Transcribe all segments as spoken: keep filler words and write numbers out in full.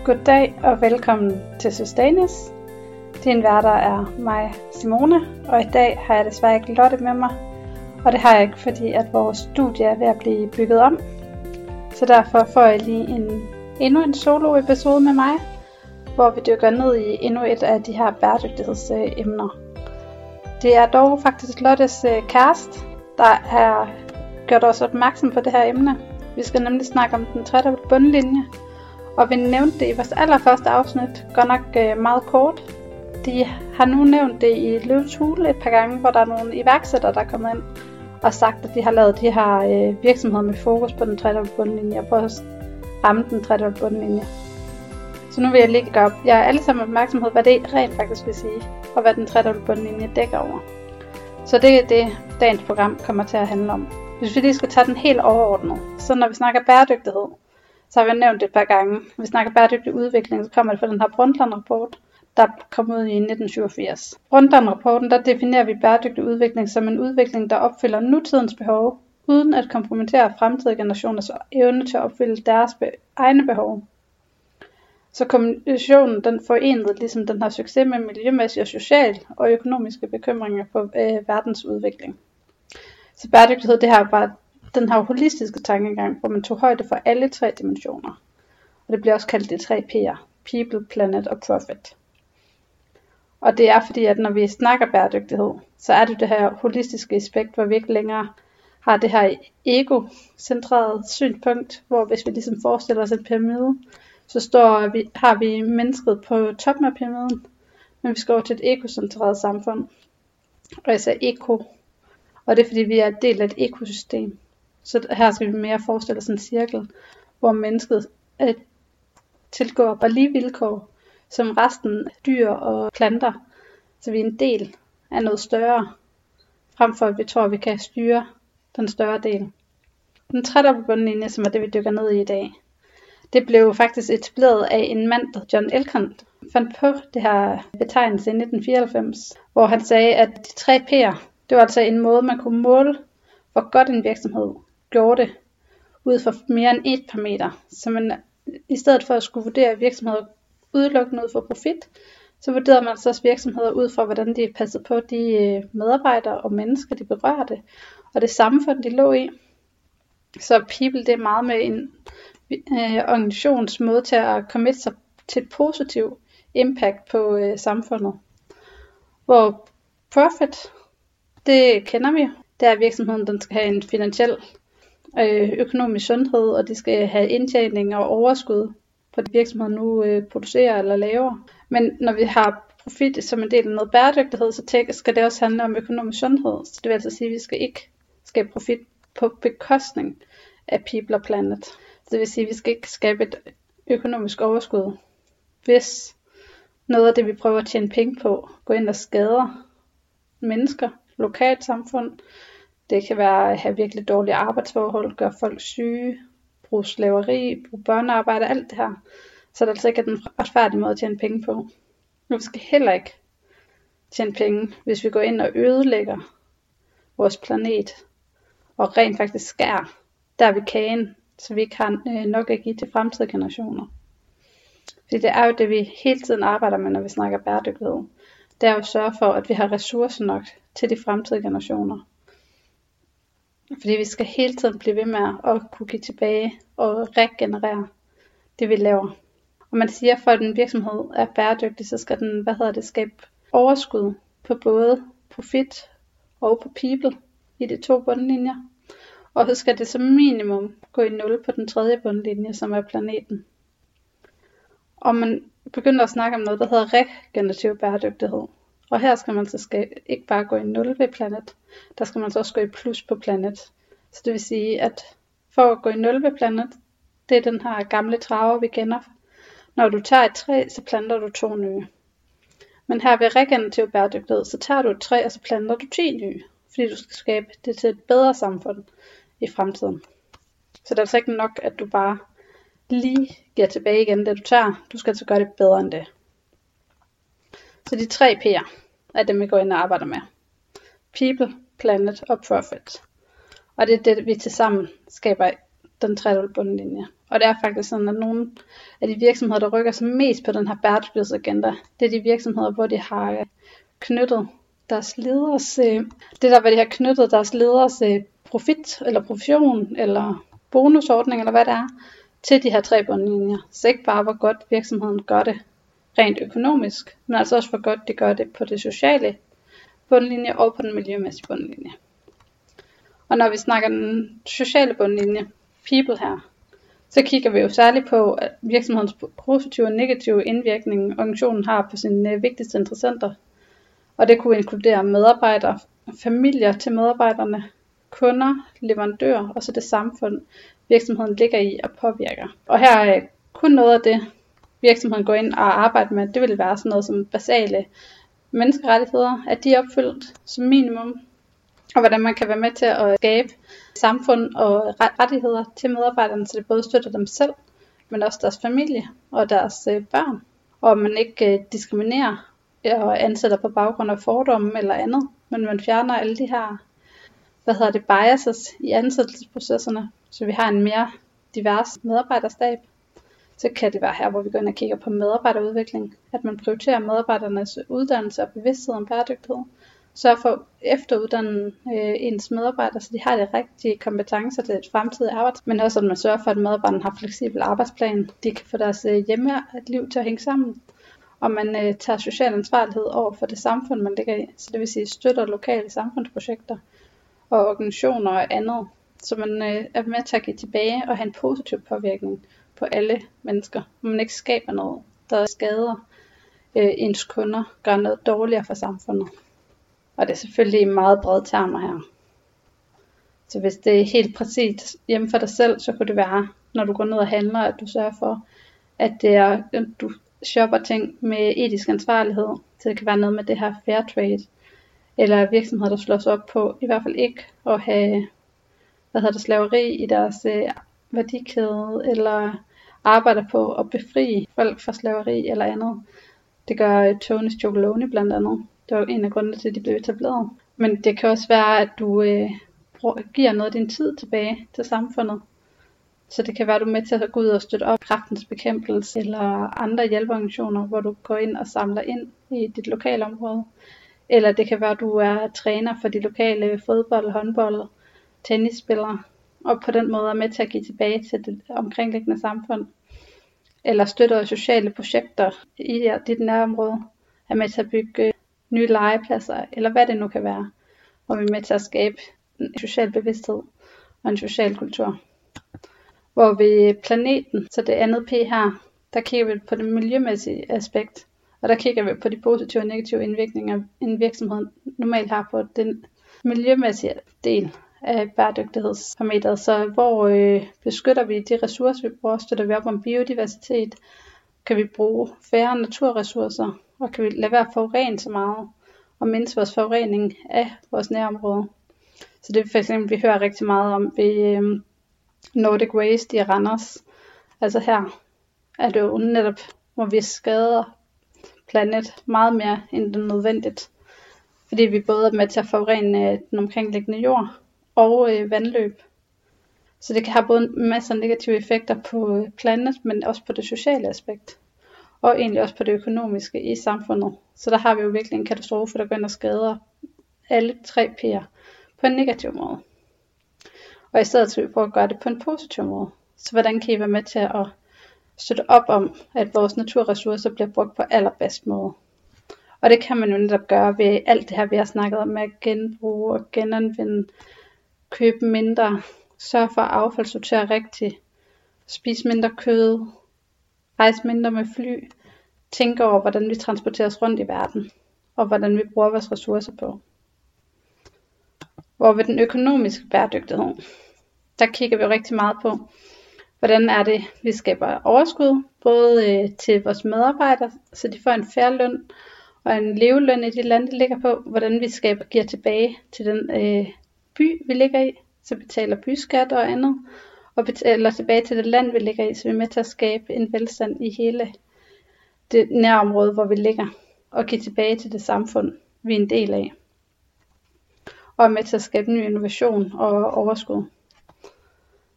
Goddag og velkommen til Sustainess. Din værter er mig, Simone, og i dag har jeg desværre ikke Lotte med mig. Og det har jeg ikke, fordi at vores studie er ved at blive bygget om. Så derfor får jeg lige en, endnu en solo-episode med mig, hvor vi dykker ned i endnu et af de her bæredygtighedsemner. Det er dog faktisk Lottes kæreste, der har gjort os opmærksom på det her emne. Vi skal nemlig snakke om den tredobbelte bundlinje. Og vi nævnte det i vores allerførste afsnit, godt nok øh, meget kort. De har nu nævnt det i Løvens Hule et par gange, hvor der er nogle iværksættere, der er kommet ind og sagt, at de har lavet de her øh, virksomheder med fokus på den tredobbelte bundlinje og på at ramme den tredobbelte bundlinje. Så nu vil jeg lige gøre op. Jeg er alle sammen opmærksomhed, hvad det rent faktisk vil sige, og hvad den tredobbelte bundlinje dækker over. Så det er det, dagens program kommer til at handle om. Hvis vi lige skal tage den helt overordnet, så når vi snakker bæredygtighed, så har vi nævnt det et par gange. Når vi snakker bæredygtig udvikling, så kommer det fra den her Brundtland-rapport, der kom ud i nitten syvogfirs. Brundtland-rapporten, der definerer vi bæredygtig udvikling som en udvikling, der opfylder nutidens behov, uden at kompromittere fremtidige generationers evne til at opfylde deres be- egne behov. Så kommissionen, den forenede ligesom den her succes med miljømæssige og social og økonomiske bekymringer på øh, verdens udvikling. Så bæredygtighed, det her bare den her holistiske tankegang, hvor man tog højde for alle tre dimensioner. Og det bliver også kaldt de tre P'er. People, Planet og Profit. Og det er fordi, at når vi snakker bæredygtighed, så er det det her holistiske aspekt, hvor vi ikke længere har det her ego-centrerede synspunkt, hvor hvis vi ligesom forestiller os en pyramide, så står vi, har vi mennesket på toppen af pyramiden, men vi skal over til et egocentreret samfund. Og jeg siger eko, og det er fordi, vi er en del af et ekosystem. Så her skal vi mere forestille os en cirkel, hvor mennesket øh, tilgår på lige vilkår, som resten af dyr og planter. Så vi er en del af noget større, frem for at vi tror, at vi kan styre den større del. Den tredobbelte bundlinje, som er det, vi dykker ned i i dag, det blev faktisk etableret af en mand, der John Elkann fandt på det her betegnelse i nitten fireoghalvfems, hvor han sagde, at de tre P'er, det var altså en måde, man kunne måle, hvor godt en virksomhed gjorde det, ud fra mere end et parameter. Så man, i stedet for at skulle vurdere virksomheder udelukkende ud fra profit, så vurderede man så også virksomheder ud fra, hvordan de passede på de medarbejdere og mennesker, de berørte, og det samfund, de lå i. Så People, det er meget med en øh, organisations måde til at committe sig til et positivt impact på øh, samfundet. Hvor Profit, det kender vi. Det er, at virksomheden den skal have en finansiel øh, økonomisk sundhed, og de skal have indtjening og overskud på det virksomheden nu øh, producerer eller laver. Men når vi har profit som en del af noget bæredygtighed, så skal det også handle om økonomisk sundhed. Så det vil altså sige, at vi skal ikke skabe profit på bekostning af people og planet. Så det vil sige, at vi skal ikke skabe et økonomisk overskud, hvis noget af det, vi prøver at tjene penge på, går ind og skader mennesker, lokalt samfund. Det kan være at have virkelig dårlige arbejdsforhold, gøre folk syge, bruge slaveri, bruge børnearbejde, alt det her. Så det er altså ikke den retfærdige måde at tjene penge på. Nu skal heller ikke tjene penge, hvis vi går ind og ødelægger vores planet, og rent faktisk skærer der ved kagen, så vi ikke har nok at give til fremtidige generationer. Fordi det er jo det, vi hele tiden arbejder med, når vi snakker bæredygtighed. Det er jo at sørge for, at vi har ressourcer nok til de fremtidige generationer. Fordi vi skal hele tiden blive ved med at kunne give tilbage og regenerere det, vi laver. Og man siger, for at en virksomhed er bæredygtig, så skal den, hvad hedder det, skabe overskud på både profit og på people i de to bundlinjer. Og så skal det som minimum gå i nul på den tredje bundlinje, som er planeten. Og man begynder at snakke om noget, der hedder regenerativ bæredygtighed. Og her skal man så skal ikke bare gå i nul ved planet, der skal man så også gå i plus på planet. Så det vil sige, at for at gå i nul ved planet, det er den her gamle trave, vi kender. Når du tager et træ, så planter du to nye. Men her ved regenerativ bæredygtighed, så tager du et træ, og så planter du ti nye. Fordi du skal skabe det til et bedre samfund i fremtiden. Så det er altså ikke nok, at du bare lige giver tilbage igen det, du tager. Du skal altså gøre det bedre end det. Så de tre P'er er dem, vi går ind og arbejder med. People, Planet og Profit. Og det er det, vi tilsammen skaber den tredobbelt bundlinje. Og det er faktisk sådan, at nogle af de virksomheder, der rykker sig mest på den her bæredygtighedsagenda, det er de virksomheder, hvor de har knyttet deres leders, det der, hvor de har knyttet deres leders profit, eller profession, eller bonusordning, eller hvad det er, til de her tre bundlinjer. Så ikke bare, hvor godt virksomheden gør det rent økonomisk, men altså også, hvor godt de gør det på det sociale bundlinje og på den miljømæssige bundlinje. Og når vi snakker den sociale bundlinje, people her, så kigger vi jo særligt på virksomhedens positive og negative indvirkning, organisationen har på sine vigtigste interessenter. Og det kunne inkludere medarbejdere, familier til medarbejderne, kunder, leverandører og så det samfund, virksomheden ligger i og påvirker. Og her er kun noget af det, virksomheden går ind og arbejder med, det vil være sådan noget som basale menneskerettigheder, at de er opfyldt som minimum, og hvordan man kan være med til at skabe samfund og rettigheder til medarbejderne, så det både støtter dem selv, men også deres familie og deres børn, og man ikke diskriminerer og ansætter på baggrund af fordomme eller andet, men man fjerner alle de her, hvad hedder det, biases i ansættelsesprocesserne, så vi har en mere divers medarbejderstab. Så kan det være her, hvor vi går ind og kigger på medarbejderudvikling, at man prioriterer medarbejdernes uddannelse og bevidsthed om bæredygtighed, sørger for at efteruddanne øh, ens medarbejdere, så de har de rigtige kompetencer til et fremtidigt arbejde, men også at man sørger for, at medarbejderne har fleksibel arbejdsplan, de kan få deres øh, hjemmeliv til at hænge sammen, og man øh, tager social ansvarlighed over for det samfund, man ligger i, så det vil sige støtter lokale samfundsprojekter og organisationer og andet, så man øh, er med til at give tilbage og have en positiv påvirkning på alle mennesker, hvor man ikke skaber noget, der skader øh, ens kunder, gør noget dårligere for samfundet. Og det er selvfølgelig i meget brede termer her. Så hvis det er helt præcist hjemme for dig selv, så kunne det være, når du går ned og handler, at du sørger for, at det er, at du shopper ting med etisk ansvarlighed. Så det kan være noget med det her fair trade, eller virksomheder, der slås op på, i hvert fald ikke at have, hvad hedder det, slaveri i deres øh, værdikæde, eller arbejder på at befri folk fra slaveri eller andet. Det gør Tony Chocolonely blandt andet. Det var en af grundene til, at de blev etableret. Men det kan også være, at du øh, giver noget af din tid tilbage til samfundet. Så det kan være, at du er med til at gå ud og støtte op Kræftens Bekæmpelse eller andre hjælpeorganisationer, hvor du går ind og samler ind i dit lokale område. Eller det kan være, at du er træner for de lokale fodbold, håndbold, tennisspillere, og på den måde er med til at give tilbage til det omkringliggende samfund. Eller støtter sociale projekter i dit nærområde, er med til at bygge nye legepladser, eller hvad det nu kan være, hvor vi er med til at skabe en social bevidsthed og en social kultur. Hvor vi planeten, så det andet P her, der kigger vi på det miljømæssige aspekt, og der kigger vi på de positive og negative indvirkninger, en virksomhed normalt har på den miljømæssige del af bæredygtighedsparametret. Så hvor øh, beskytter vi de ressourcer, vi bruger, støtter vi op om biodiversitet, kan vi bruge færre naturressourcer, og kan vi lade være at forurene så meget, og mindske vores forurening af vores nærområde. Så det er for eksempel, vi hører rigtig meget om ved øh, Nordic Waste i Randers. Altså her er det jo netop, hvor vi skader planet meget mere end det er nødvendigt. Fordi vi både er med til at forurene den omkringliggende jord og øh, vandløb. Så det kan have både masser af negative effekter på planet, men også på det sociale aspekt. Og egentlig også på det økonomiske i samfundet. Så der har vi jo virkelig en katastrofe, der går ind og skader alle tre P'er på en negativ måde. Og i stedet skal vi prøve at gøre det på en positiv måde. Så hvordan kan I være med til at støtte op om, at vores naturressourcer bliver brugt på allerbedst måde? Og det kan man jo netop gøre ved alt det her, vi har snakket om med at genbruge og genanvende, købe mindre, sørge for at affaldssortere rigtigt, spise mindre kød, rejse mindre med fly, tænke over, hvordan vi transporterer os rundt i verden, og hvordan vi bruger vores ressourcer på. Hvor ved den økonomiske bæredygtighed, der kigger vi jo rigtig meget på, hvordan er det, vi skaber overskud, både øh, til vores medarbejdere, så de får en fair løn, og en leveløn i de lande, de ligger på, hvordan vi skaber, giver tilbage til den øh, by, vi ligger i, så betaler byskat og andet, og betaler tilbage til det land, vi ligger i, så vi er med til at skabe en velstand i hele det nærområde, hvor vi ligger, og give tilbage til det samfund, vi er en del af, og er med til at skabe ny innovation og overskud.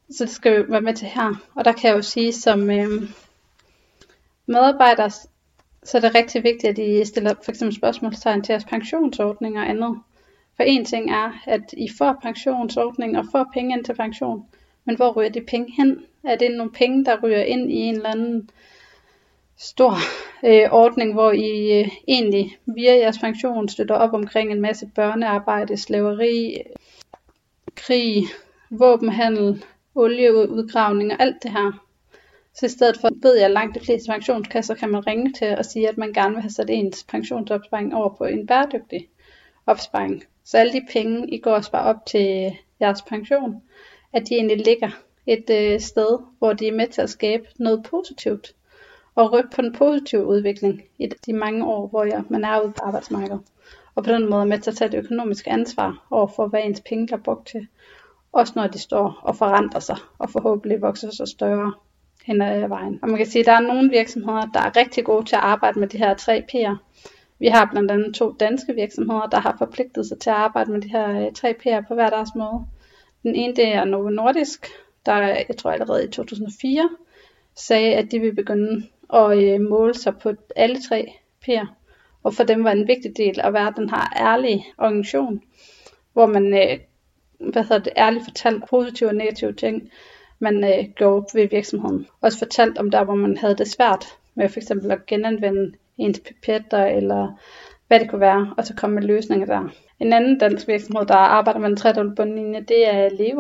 Så det skal vi være med til her. Og der kan jeg jo sige, som øh, medarbejder, så er det rigtig vigtigt, at I stiller for eksempel spørgsmålstegn til jeres pensionsordning og andet. For en ting er, at I får pensionsordning og får penge ind til pension. Men hvor ryger de penge hen? Er det nogle penge, der ryger ind i en eller anden stor øh, ordning, hvor I øh, egentlig via jeres pension støtter op omkring en masse børnearbejde, slaveri, krig, våbenhandel, olieudgravning og alt det her. Så i stedet for, ved jeg, at langt de fleste pensionskasser kan man ringe til og sige, at man gerne vil have sat ens pensionsopsparing over på en bæredygtig opsparing. Så alle de penge, I går og sparer op til jeres pension, at de egentlig ligger et øh, sted, hvor de er med til at skabe noget positivt. Og rykke på den positive udvikling i de mange år, hvor jeg, man er ude på arbejdsmarkedet. Og på den måde med til at tage det økonomiske ansvar over for, hvad ens penge bliver brugt til. Også når de står og forandrer sig, og forhåbentlig vokser sig større hen ad vejen. Og man kan sige, at der er nogle virksomheder, der er rigtig gode til at arbejde med de her tre P'er. Vi har blandt andet to danske virksomheder, der har forpligtet sig til at arbejde med de her tre P'er på hver deres måde. Den ene, det er Novo Nordisk, der jeg tror allerede i to tusind og fire sagde, at de vil begynde at øh, måle sig på alle tre P'er. Og for dem var en vigtig del at være den her ærlige organisation, hvor man øh, hvad hedder det, ærligt fortalt positive og negative ting, man øh, gjorde ved virksomheden. Også fortalt om der, hvor man havde det svært med for eksempel at genanvende ens pipetter, eller hvad det kunne være, og så komme med løsninger der. En anden dansk virksomhed, der arbejder med en tredobbelte bundlinje, det er Levo,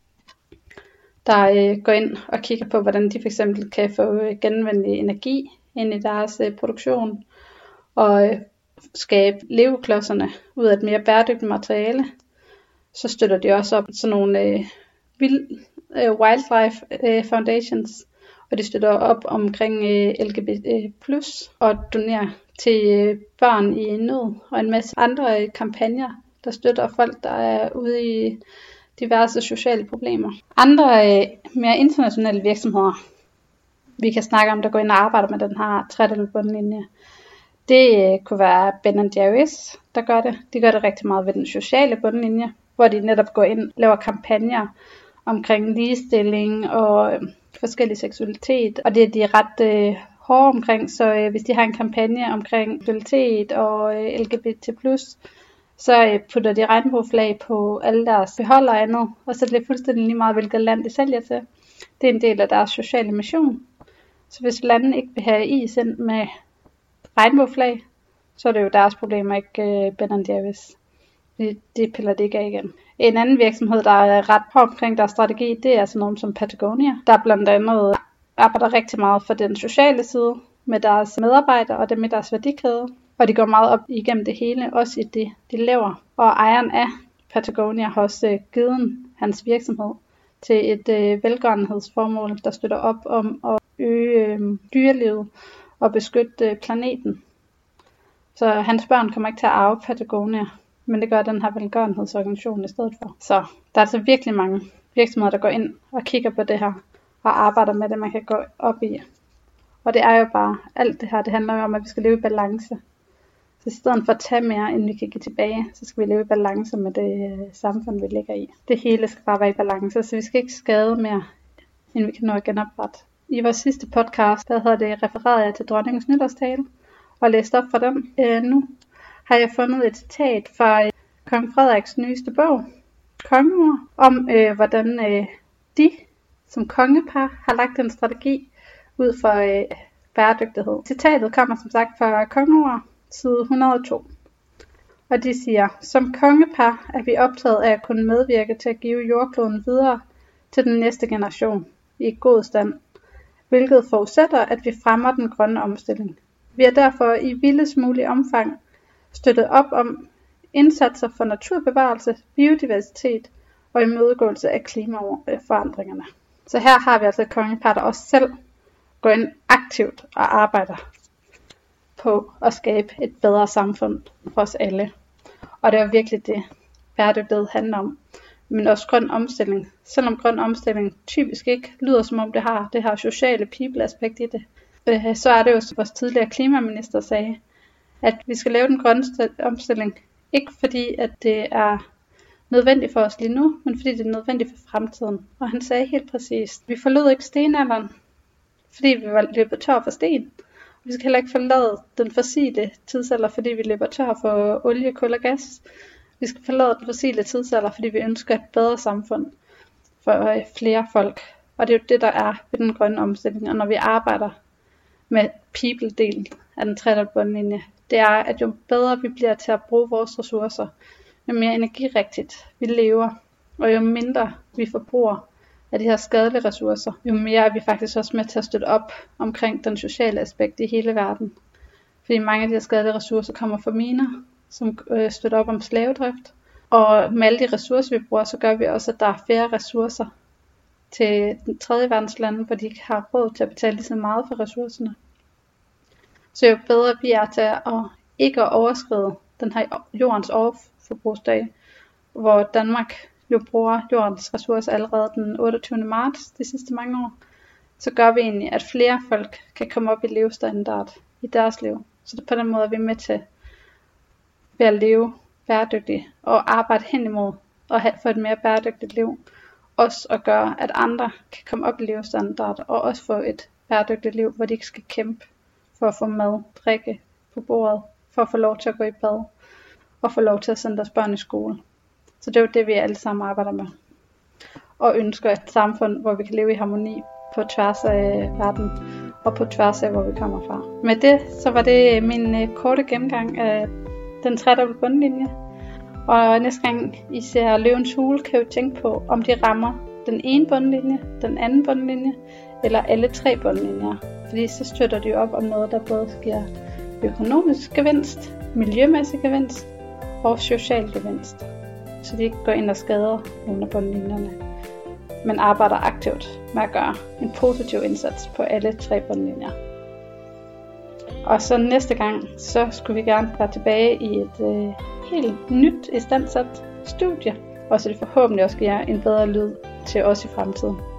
der øh, går ind og kigger på, hvordan de for eksempel kan få øh, genanvendelig energi ind i deres øh, produktion, og øh, skabe leveklodserne ud af et mere bæredygtigt materiale. Så støtter de også op sådan nogle øh, vild, øh, wildlife øh, foundations, og de støtter op omkring øh, L G B T plus, og donerer til øh, børn i nød, og en masse andre øh, kampagner, der støtter folk, der er ude i diverse sociale problemer. Andre øh, mere internationale virksomheder, vi kan snakke om, der går ind og arbejder med den her tredobbelte bundlinje, det øh, kunne være Ben and Jerry's, der gør det. De gør det rigtig meget ved den sociale bundlinje, hvor de netop går ind og laver kampagner omkring ligestilling og øh, forskellig seksualitet. Og det er de ret øh, hårde omkring, så øh, hvis de har en kampagne omkring seksualitet og øh, L G B T plus, så øh, putter de regnbueflag på alle deres beholder og andet, og så er det fuldstændig lige meget, hvilket land de sælger til. Det er en del af deres sociale mission. Så hvis landene ikke vil have is ind med regnbueflag, så er det jo deres problemer, ikke øh, Ben and Jerry's. Det, det piller det ikke af igen. En anden virksomhed, der er ret på omkring deres strategi, det er sådan noget som Patagonia, der blandt andet arbejder rigtig meget for den sociale side med deres medarbejdere og dem i deres værdikæde. Og de går meget op igennem det hele, også i det, de laver. Og ejeren af Patagonia har også øh, givet hans virksomhed til et øh, velgørenhedsformål, der støtter op om at øge øh, dyrelivet og beskytte øh, planeten. Så hans børn kommer ikke til at arve Patagonia, men det gør den her velgørenhedsorganisation i stedet for. Så der er altså virkelig mange virksomheder, der går ind og kigger på det her og arbejder med det, man kan gå op i. Og det er jo bare, alt det her, det handler jo om, at vi skal leve i balance. Så i stedet for at tage mere, end vi kan give tilbage, så skal vi leve i balance med det øh, samfund, vi ligger i. Det hele skal bare være i balance, så vi skal ikke skade mere, end vi kan nå at genoprette. I vores sidste podcast, der havde det refereret jeg til dronningens nytårstale, og læst op for den. Øh, nu har jeg fundet et citat fra øh, kong Frederiks nyeste bog, Kongeord, om øh, hvordan øh, de som kongepar har lagt en strategi ud for øh, bæredygtighed. Citatet kommer som sagt fra Kongeord, side et hundrede og to. Og de siger, som kongepar er vi optaget af at kunne medvirke til at give jordkloden videre til den næste generation i god stand, hvilket forudsætter, at vi fremmer den grønne omstilling. Vi er derfor i vildest mulig omfang støttet op om indsatser for naturbevarelse, biodiversitet og imødegåelse af klimaforandringerne. Så her har vi altså et kongepar, der også selv går ind aktivt og arbejder på at skabe et bedre samfund for os alle. Og det er virkelig det, bæredygtighed handler om. Men også grøn omstilling. Selvom grøn omstilling typisk ikke lyder som om det har det her sociale people-aspekt i det, så er det jo, som vores tidligere klimaminister sagde, at vi skal lave den grønne omstilling, ikke fordi at det er nødvendigt for os lige nu, men fordi det er nødvendigt for fremtiden. Og han sagde helt præcist, vi forlod ikke stenalderen, fordi vi var løbet tør for sten. Vi skal heller ikke forlade den fossile tidsalder, fordi vi løber tør for olie, kul og gas. Vi skal forlade den fossile tidsalder, fordi vi ønsker et bedre samfund for flere folk. Og det er jo det, der er ved den grønne omstilling. Og når vi arbejder med people-delen af den tredobbelt bundlinje, det er, at jo bedre vi bliver til at bruge vores ressourcer, jo mere energirigtigt vi lever, og jo mindre vi forbruger af de her skadelige ressourcer, jo mere er vi faktisk også med til at støtte op omkring den sociale aspekt i hele verden. Fordi mange af de her skadelige ressourcer kommer fra miner, som øh, støtter op om slavedrift. Og med alle de ressourcer vi bruger, så gør vi også, at der er færre ressourcer til den tredje verdens lande, hvor de ikke har råd til at betale lige så meget for ressourcerne. Så jo bedre vi er til at ikke at overskride den her jordens overforbrugsdag, hvor Danmark jo bruger jordens ressourcer allerede den otteogtyvende marts de sidste mange år, så gør vi egentlig, at flere folk kan komme op i levestandard i deres liv. Så på den måde er vi med til ved at leve bæredygtigt og arbejde hen imod og have, få et mere bæredygtigt liv. Også at gøre, at andre kan komme op i levestandard og også få et bæredygtigt liv, hvor de ikke skal kæmpe for at få mad, drikke på bordet, for at få lov til at gå i bad og få lov til at sende deres børn i skole. Så det er jo det, vi alle sammen arbejder med. Og ønsker et samfund, hvor vi kan leve i harmoni på tværs af verden og på tværs af, hvor vi kommer fra. Med det, så var det min korte gennemgang af den tredobbelte bundlinje. Og næste gang I ser Løvens Hule, kan I tænke på, om de rammer den ene bundlinje, den anden bundlinje, eller alle tre bundlinjer. Fordi så støtter de op om noget, der både giver økonomisk gevinst, miljømæssig gevinst og social gevinst. Så de ikke går ind og skader nogle af bundlinjerne, men arbejder aktivt med at gøre en positiv indsats på alle tre bundlinjer. Og så næste gang, så skulle vi gerne være tilbage i et øh, helt nyt istandsat studie, og så det forhåbentlig også giver en bedre lyd til os i fremtiden.